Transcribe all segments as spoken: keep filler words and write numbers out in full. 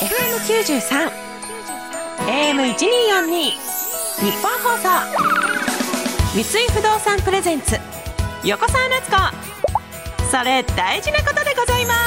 エフエムきゅうじゅうさん エーエムせんにひゃくよんじゅうに 日本放送三井不動産プレゼンツ横澤夏子、それ大事なことでございます。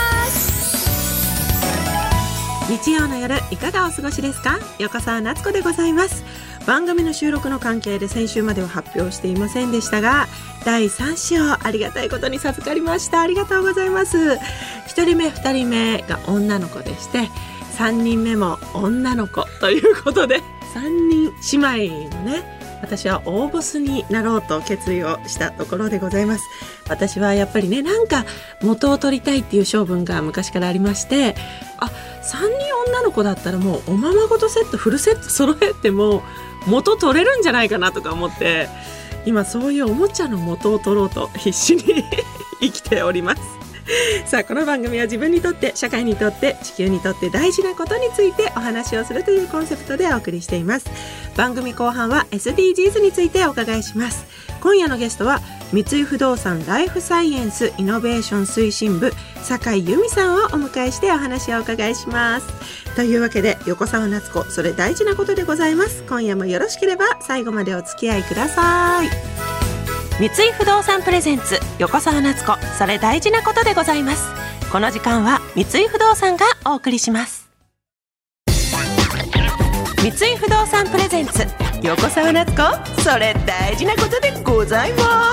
日曜の夜いかがお過ごしですか？横澤夏子でございます。番組の収録の関係で先週までは発表していませんでしたが、だいさん子をありがたいことに授かりました。ありがとうございます。ひとりめふたりめが女の子でして、さんにんめも女の子ということで、さんにん姉妹のね、私は大ボスになろうと決意をしたところでございます。私はやっぱりね、なんか元を取りたいっていう性分が昔からありまして、あ、さんにん女の子だったらもうおままごとセットフルセット揃えても元取れるんじゃないかなとか思って、今そういうおもちゃの元を取ろうと必死に生きております。さあ、この番組は自分にとって、社会にとって、地球にとって大事なことについてお話をするというコンセプトでお送りしています。番組後半は エスディージーズ についてお伺いします。今夜のゲストは三井不動産ライフサイエンスイノベーション推進部酒井由美さんをお迎えしてお話をお伺いします。というわけで、横澤夏子、それ大事なことでございます。今夜もよろしければ最後までお付き合いください。三井不動産プレゼンツ横澤夏子、それ大事なことでございます。この時間は三井不動産がお送りします。三井不動産プレゼンツ横澤夏子、それ大事なことでございます。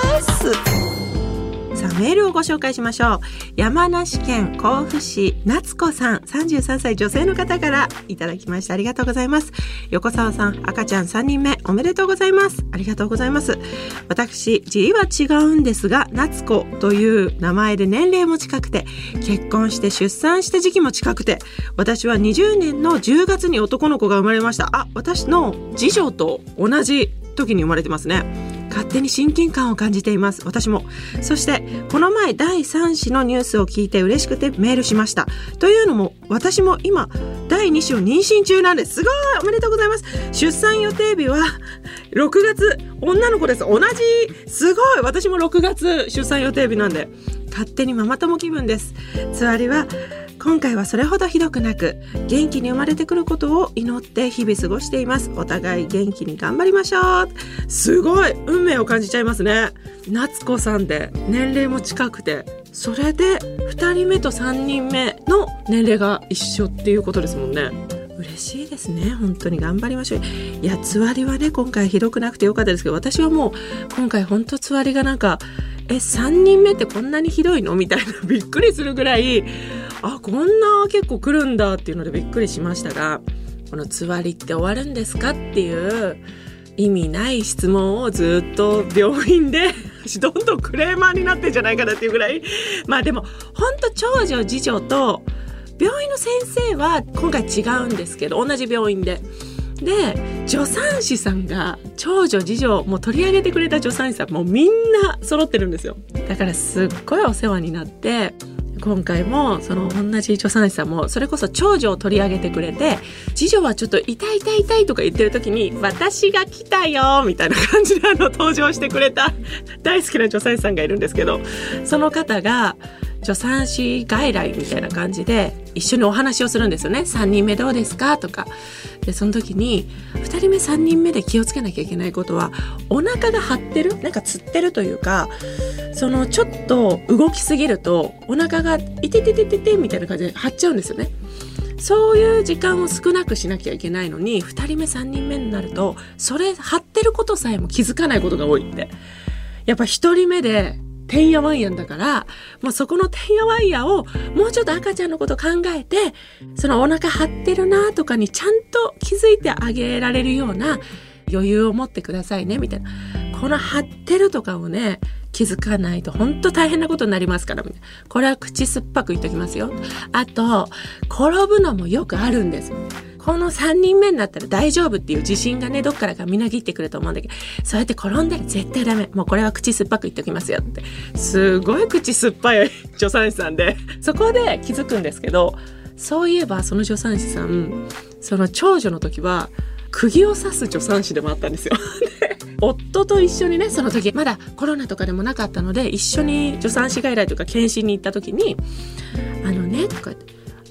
さあ、メールをご紹介しましょう。山梨県甲府市夏子さん、さんじゅうさんさい女性の方からいただきました。ありがとうございます。横澤さん、赤ちゃんさんにんめおめでとうございます。ありがとうございます。私、字は違うんですが、夏子という名前で年齢も近くて、結婚して出産した時期も近くて、私はにじゅうねんのじゅうがつに男の子が生まれました。あ、私の次女と同じ時に生まれてますね。勝手に親近感を感じています。私も。そしてこの前だいさん子のニュースを聞いて嬉しくてメールしました。というのも、私も今だいに子を妊娠中なんです。すごい、おめでとうございます。出産予定日はろくがつ、女の子です。同じ。すごい、私もろくがつ出産予定日なんで、勝手にママ友気分です。つわりは今回はそれほどひどくなく、元気に生まれてくることを祈って日々過ごしています。お互い元気に頑張りましょう。すごい、運命を感じちゃいますね。夏子さんで年齢も近くて、それでふたりめとさんにんめの年齢が一緒っていうことですもんね。嬉しいですね。本当に頑張りましょう。いや、つわりはね、今回ひどくなくてよかったですけど、私はもう今回本当つわりがなんか、え、さんにんめってこんなにひどいのみたいな、びっくりするぐらい、あ、こんな結構来るんだっていうのでびっくりしましたが、このつわりって終わるんですかっていう意味ない質問をずっと病院でどんどんクレーマーになってんじゃないかなっていうぐらい、まあでも本当長女次女と病院の先生は今回違うんですけど、同じ病院でで、助産師さんが長女次女もう取り上げてくれた助産師さんもうみんな揃ってるんですよ。だからすっごいお世話になって、今回もその同じ助産師さんもそれこそ長女を取り上げてくれて、次女はちょっと痛い痛い痛いとか言ってる時に、私が来たよみたいな感じであの登場してくれた大好きな助産師さんがいるんですけど、その方が助産師外来みたいな感じで一緒にお話をするんですよね。さんにんめどうですかとかで、その時にふたりめさんにんめで気をつけなきゃいけないことは、お腹が張ってる、なんかつってるというか、そのちょっと動きすぎるとお腹がいてててててみたいな感じで張っちゃうんですよね。そういう時間を少なくしなきゃいけないのに、ふたりめさんにんめになるとそれ張ってることさえも気づかないことが多いって。やっぱひとりめでてんやわんやんだから、もうそこのてんやわんやをもうちょっと赤ちゃんのこと考えて、そのお腹張ってるなとかにちゃんと気づいてあげられるような余裕を持ってくださいねみたいな。この張ってるとかをね、気づかないと本当大変なことになりますから、これは口酸っぱく言っときますよ。あと、転ぶのもよくあるんですよ。このさんにんめになったら大丈夫っていう自信がね、どっからかみなぎってくると思うんだけど、そうやって転んだら絶対ダメ。もうこれは口酸っぱく言っときますよって。すごい口酸っぱい助産師さんで、そこで気づくんですけど、そういえばその助産師さん、その長女の時は釘を刺す助産師でもあったんですよ。夫と一緒にね、その時まだコロナとかでもなかったので、一緒に助産師外来とか検診に行った時に、あのねとか言って、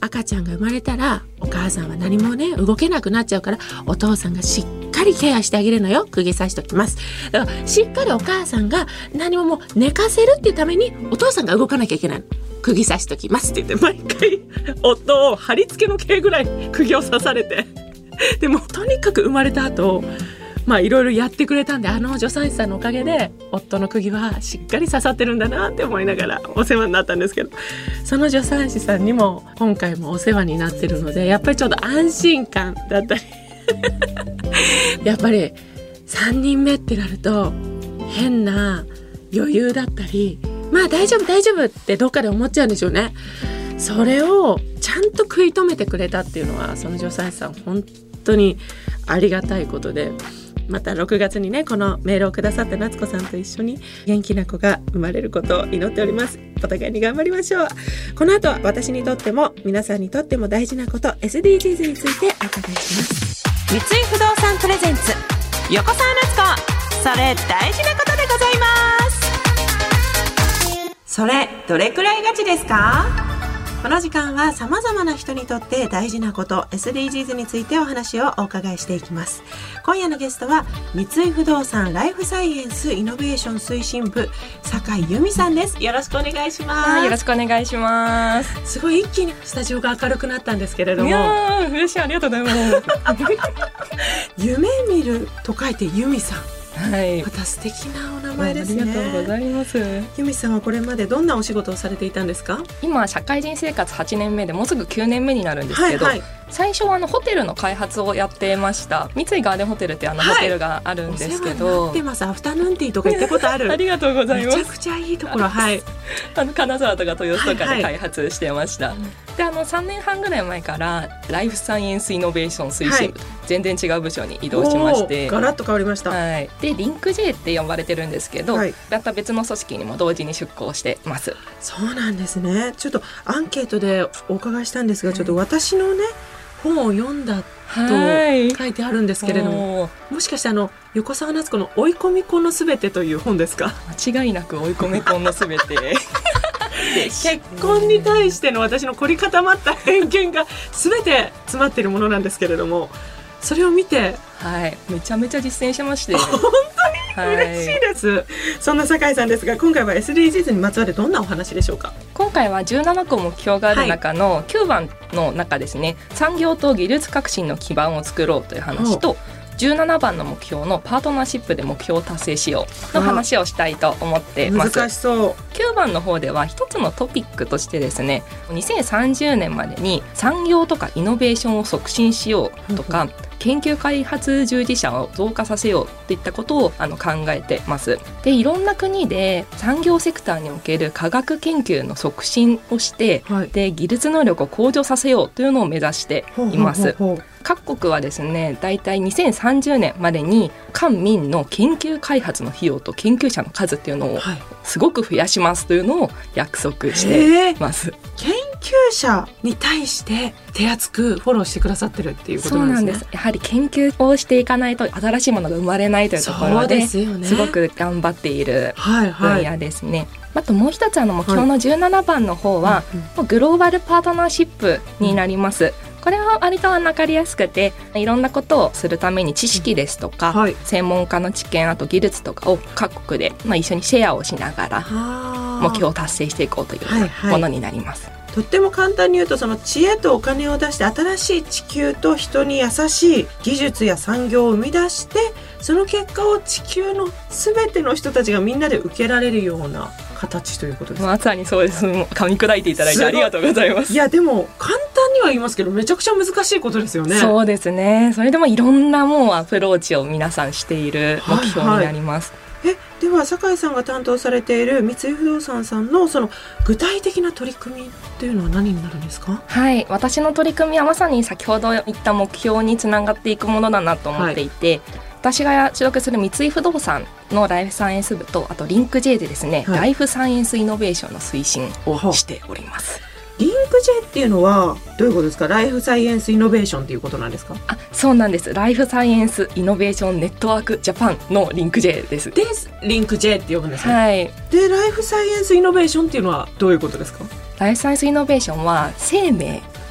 赤ちゃんが生まれたらお母さんは何もね動けなくなっちゃうから、お父さんがしっかりケアしてあげるのよ。釘刺しときます。だからしっかりお母さんが何ももう寝かせるっていうためにお父さんが動かなきゃいけないの。釘刺しときますって言って毎回夫を貼り付けの毛ぐらい釘を刺されてでもとにかく生まれた後まあいろいろやってくれたんで、あの助産師さんのおかげで夫の釘はしっかり刺さってるんだなって思いながらお世話になったんですけど、その助産師さんにも今回もお世話になってるので、やっぱりちょっと安心感だったりやっぱりさんにんめってなると変な余裕だったり、まあ大丈夫大丈夫ってどっかで思っちゃうんでしょうね。それをちゃんと食い止めてくれたっていうのは、その助産師さん本当にありがたいことで、またろくがつにねこのメールをくださった夏子さんと一緒に元気な子が生まれることを祈っております。お互いに頑張りましょう。この後は私にとっても皆さんにとっても大事なこと エスディージーズ についてお伺いします。三井不動産プレゼンツ横澤夏子、それ大事なことでございます。それどれくらいガチですか？この時間は様々な人にとって大事なこと エスディージーズ についてお話をお伺いしていきます。今夜のゲストは三井不動産ライフサイエンスイノベーション推進部酒井由美さんです。よろしくお願いします。 はい、よろしくお願いします。 すごい一気にスタジオが明るくなったんですけれども、 いやー嬉しい、ありがとうございます夢見ると書いて由美さん、 はい、 また素敵なお名前ですね。 ありがとうございます。 由美さんはこれまでどんなお仕事をされていたんですか？ 今社会人生活はちねんめでもうすぐきゅうねんめになるんですけど、はいはい、最初はあのホテルの開発をやってました。三井ガーデンホテルってあのホテルがあるんですけど、はい、お世話になってます。アフタヌーンティーとか行ったことあるありがとうございます。 めちゃくちゃいいところ、はい、 あの金沢とか豊洲とかで開発してました、はいはい、であのさんねんはんぐらい前からライフサイエンスイノベーション推進部、はい、全然違う部署に移動しまして、 ガラッと変わりました、はい、 でリンク J って呼ばれてるんですけど、はい、また別の組織にも同時に出向してます。 そうなんですね。ちょっとアンケートでお伺いしたんですが、はい、ちょっと私のね本を読んだと書いてあるんですけれども、はい、もしかしてあの横澤夏子の追い込み婚のすべてという本ですか？ 間違いなく追い込み婚のすべて結婚に対しての私の凝り固まった偏見が全て詰まっているものなんですけれども、それを見て、 はい、めちゃめちゃ実践してまして本当に嬉しいです、はい、そんな酒井さんですが、今回は エスディージーズ にまつわるどんなお話でしょうか？ 今回はじゅうななこ目標がある中のきゅうばんの中ですね、産業と技術革新の基盤を作ろうという話と、じゅうななばんの目標のパートナーシップで目標を達成しようの話をしたいと思ってます。 難しそう。 きゅうばんの方では一つのトピックとしてですね、にせんさんじゅうねんまでに産業とかイノベーションを促進しようとか、うん、研究開発従事者を増加させようといったことをあの考えてます。でいろんな国で産業セクターにおける科学研究の促進をして、はい、で技術能力を向上させようというのを目指しています。ほうほうほうほう。各国はですね、だいたいにせんさんじゅうねんまでに官民の研究開発の費用と研究者の数っていうのをすごく増やしますというのを約束してます。 研究者に対して手厚くフォローしてくださってるっていうことなんですね。 そうなんです。やはり研究をしていかないと新しいものが生まれないというところ で, ですよ、ね、すごく頑張っている分野ですね、はいはい。あともう一つあの目標のじゅうななばんの方は、はい、グローバルパートナーシップになります、うん。これは割と分かりやすくて、いろんなことをするために知識ですとか、はい、専門家の知見、あと技術とかを各国で、まあ、一緒にシェアをしながら目標を達成していこうというものになります、はいはい。 とっても簡単に言うと、その知恵とお金を出して新しい地球と人に優しい技術や産業を生み出して、その結果を地球の全ての人たちがみんなで受けられるような形ということです。 まさにそうです。噛み砕いていただいてありがとうございます。 いやでも簡単には言いますけど、めちゃくちゃ難しいことですよね。 そうですね。それでもいろんなもうアプローチを皆さんしている目標になります、 はいはい。えでは酒井さんが担当されている三井不動産さんのその具体的な取り組みっていうのは何になるんですか？ はい、私の取り組みはまさに先ほど言った目標につながっていくものだなと思っていて、はい、私が所属する三井不動産のライフサイエンス部と、あとリンク J でですね、はい、ライフサイエンスイノベーションの推進をしております。 リンク J っていうのはどういうことですか？ライフサイエンスイノベーションっていうことなんですか？ あ、そうなんです。ライフサイエンスイノベーションネットワークジャパンのリンク J です。 で、リンク J って呼ぶんですね。 はい。 で、ライフサイエンスイノベーションっていうのはどういうことですか？ ライフサイエンスイノベーションは生命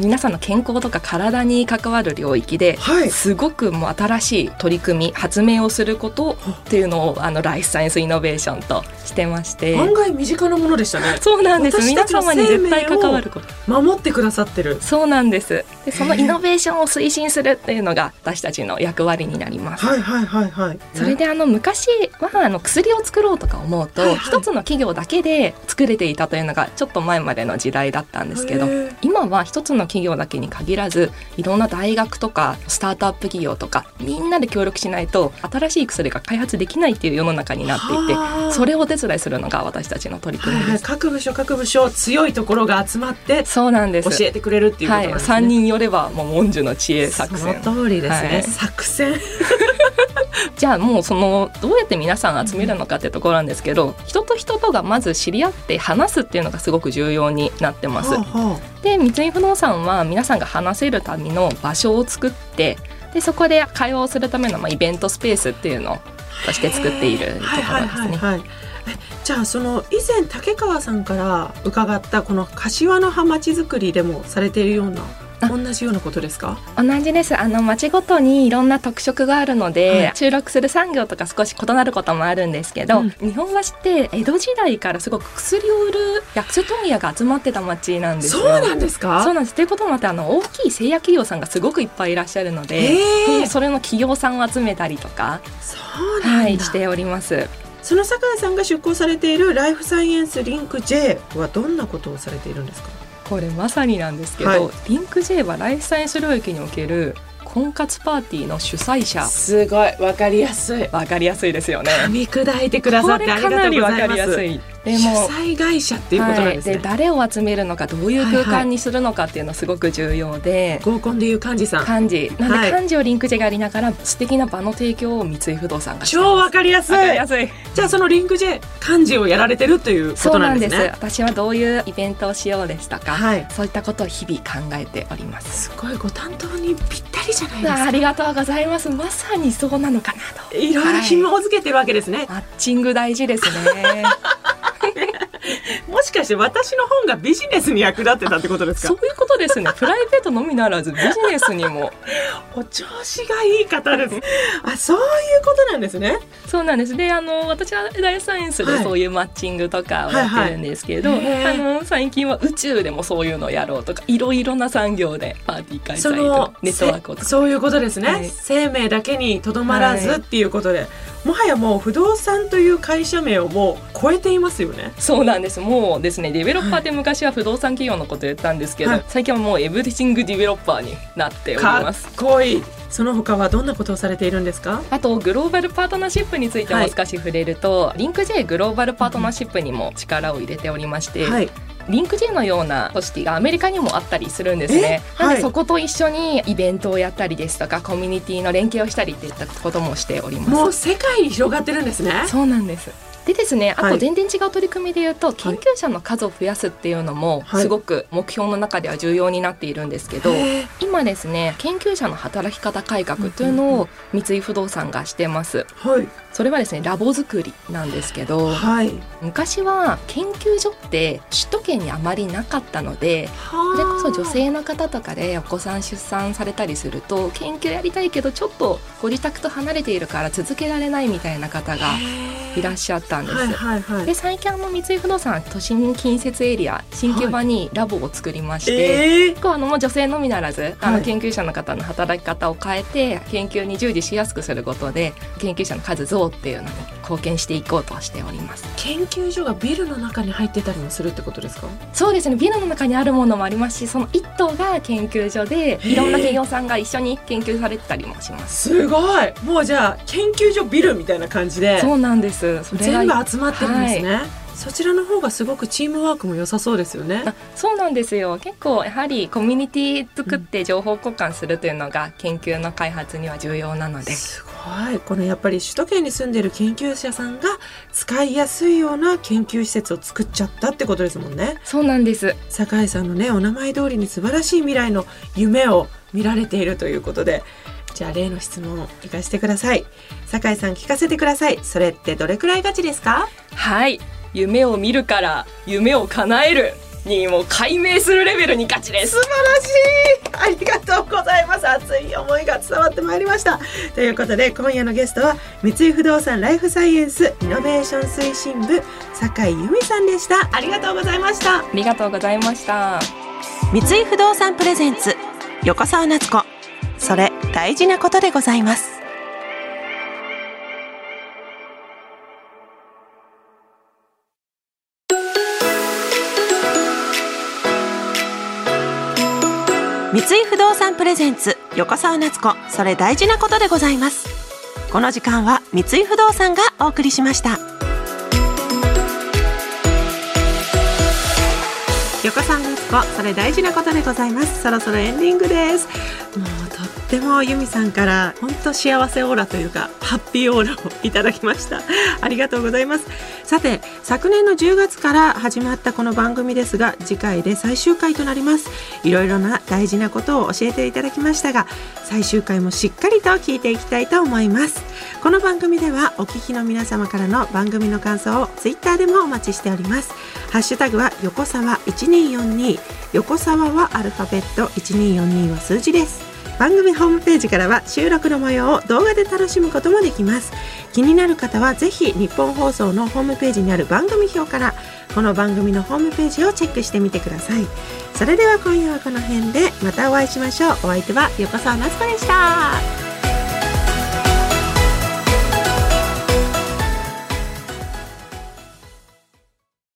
皆さんの健康とか体に関わる領域で、 はい、 すごくもう新しい取り組み発明をすることっていうのをあのライフサイエンスイノベーションとしてまして、 案外身近なものでしたね。 そうなんです。皆様に絶対関わること、 守ってくださってる。 そうなんです。でそのイノベーションを推進するっていうのが私たちの役割になります。 はいはいはいはい。 それであの昔はあの薬を作ろうとか思うと、はいはい、一つの企業だけで作れていたというのがちょっと前までの時代だったんですけど、今は一つの企業だけに限らずいろんな大学とかスタートアップ企業とかみんなで協力しないと新しい薬が開発できないっていう世の中になっていて、それをお手伝いするのが私たちの取り組みです。はいはい、 各部署各部署強いところが集まってそうなんです、 教えてくれるっていうことなんですね。 はい、さんにんよればもう文殊の知恵作戦。 その通りですね、はい、作戦じゃあもうそのどうやって皆さん集めるのかってところなんですけど、うん、人と人とがまず知り合って話すっていうのがすごく重要になってます。はあはあ、で三井不動産は皆さんが話せるための場所を作って、でそこで会話をするためのまあイベントスペースっていうのをとして作っているところですね。はいはいはいはい。 えじゃあその以前竹川さんから伺ったこの柏の葉まちづくりでもされているような同じようなことですか？ 同じです。あの町ごとにいろんな特色があるので、はい、注力する産業とか少し異なることもあるんですけど、うん、日本橋って江戸時代からすごく薬を売る薬種問屋が集まってた町なんですよ。 そうなんですか？ そうなんです。ということもあってあの大きい製薬企業さんがすごくいっぱいいらっしゃるので、それの企業さんを集めたりとかそうなんだ、 はい、しております。 その酒井さんが出向されているライフサイエンスリンク J はどんなことをされているんですか？ これまさになんですけど、はい、リンク J はライフサイエンス領域における婚活パーティーの主催者。 すごいわかりやすい。 わかりやすいですよね。 噛み砕いてくださってありがとうございます。これかなりわかりやすい。でも主催会社っていうことなんですね。 はい、で誰を集めるのかどういう空間にするのかっていうのはすごく重要で、 はいはい、合コンでいう幹事さん幹事なんで、幹事をリンク J がやりながら素敵な場の提供を三井不動産がしてます。 超わかりやすい。 わかりやすい。 じゃあそのリンク J 幹事をやられてるということなんですね。 そうなんです。私はどういうイベントをしようですとか、はい、そういったことを日々考えております。 すごいご担当にぴったりじゃないですか。 ありがとうございます。まさにそうなのかなと。 いろいろ紐付けてるわけですね。はい、 マッチング大事ですね。 もしかして私の本がビジネスに役立ってたってことですか？ そういうことですね。プライベートのみならずビジネスにもお調子がいい方です。あ、そういうことなんですね。 そうなんです。で、あの私はライフサイエンスでそういうマッチングとかをやってるんですけど、はいはいはい、あの最近は宇宙でもそういうのをやろうとか、いろいろな産業でパーティー開催とネットワークをとか、 そういうことですね。はい、生命だけにとどまらずっていうことで、はい、もはやもう不動産という会社名をもう超えていますよね。 そうなんです。もうですね、デベロッパーって昔は不動産企業のことを言ったんですけど、はい、最近はもうエブリシングディベロッパーになっております。 かっこいい。その他はどんなことをされているんですか？ あとグローバルパートナーシップについても少し触れると、はい、リンク J グローバルパートナーシップにも力を入れておりまして、はい、リンク J のような組織がアメリカにもあったりするんですね。なのでそこと一緒にイベントをやったりですとか、コミュニティの連携をしたりっていったこともしております。 もう世界に広がってるんですね。 そうなんです。でですね、あと全然違う取り組みでいうと、はい、研究者の数を増やすっていうのもすごく目標の中では重要になっているんですけど、はい、今ですね研究者の働き方改革というのを三井不動産がしてます。はい、それはですねラボ作りなんですけど、はい、昔は研究所って首都圏にあまりなかったので、それこそ女性の方とかでお子さん出産されたりすると研究やりたいけどちょっとご自宅と離れているから続けられないみたいな方がいらっしゃったんです。はいはいはい、で最近あの三井不動産は都心近接エリア新木場にラボを作りまして、はいえー、あのもう女性のみならず、はい、あの研究者の方の働き方を変えて研究に従事しやすくすることで研究者の数増っていうのに貢献していこうとしております。 研究所がビルの中に入ってたりもするってことですか？ そうですね、ビルの中にあるものもありますし、その一棟が研究所でいろんな企業さんが一緒に研究されてたりもします。 すごい。もうじゃあ研究所ビルみたいな感じで。 そうなんです。それ全部集まってるんですね。はい、そちらの方がすごくチームワークも良さそうですよね。 あ、そうなんですよ。結構やはりコミュニティ作って情報交換するというのが研究の開発には重要なので、 すごい。このやっぱり首都圏に住んでいる研究者さんが使いやすいような研究施設を作っちゃったってことですもんね。 そうなんです。 酒井さんのねお名前通りに素晴らしい未来の夢を見られているということで、じゃあ例の質問を聞かせてください。酒井さん聞かせてください。それってどれくらいガチですか？ はい、夢を見るから夢を叶えるにもう解明するレベルにガチです。 素晴らしい、ありがとうございます。熱い思いが伝わってまいりました。ということで今夜のゲストは三井不動産ライフサイエンスイノベーション推進部酒井由美さんでした。ありがとうございました。 ありがとうございました。 三井不動産プレゼンツ横澤夏子、それ大事なことでございます。三井不動産プレゼンツ横澤夏子、それ大事なことでございます。この時間は三井不動産がお送りしました。横澤夏子、それ大事なことでございます。そろそろエンディングです。もうとっても由美さんから本当幸せオーラというかハッピーオーラをいただきました。ありがとうございます。さて、昨年のじゅうがつから始まったこの番組ですが、次回で最終回となります。いろいろな大事なことを教えていただきましたが、最終回もしっかりと聞いていきたいと思います。この番組ではお聞きの皆様からの番組の感想をツイッターでもお待ちしております。ハッシュタグは横澤いちにーよんに、横澤はアルファベット、いちにーよんには数字です。番組ホームページからは収録の模様を動画で楽しむこともできます。気になる方はぜひ日本放送のホームページにある番組表からこの番組のホームページをチェックしてみてください。それでは今夜はこの辺でまたお会いしましょう。お相手は横澤夏子でした。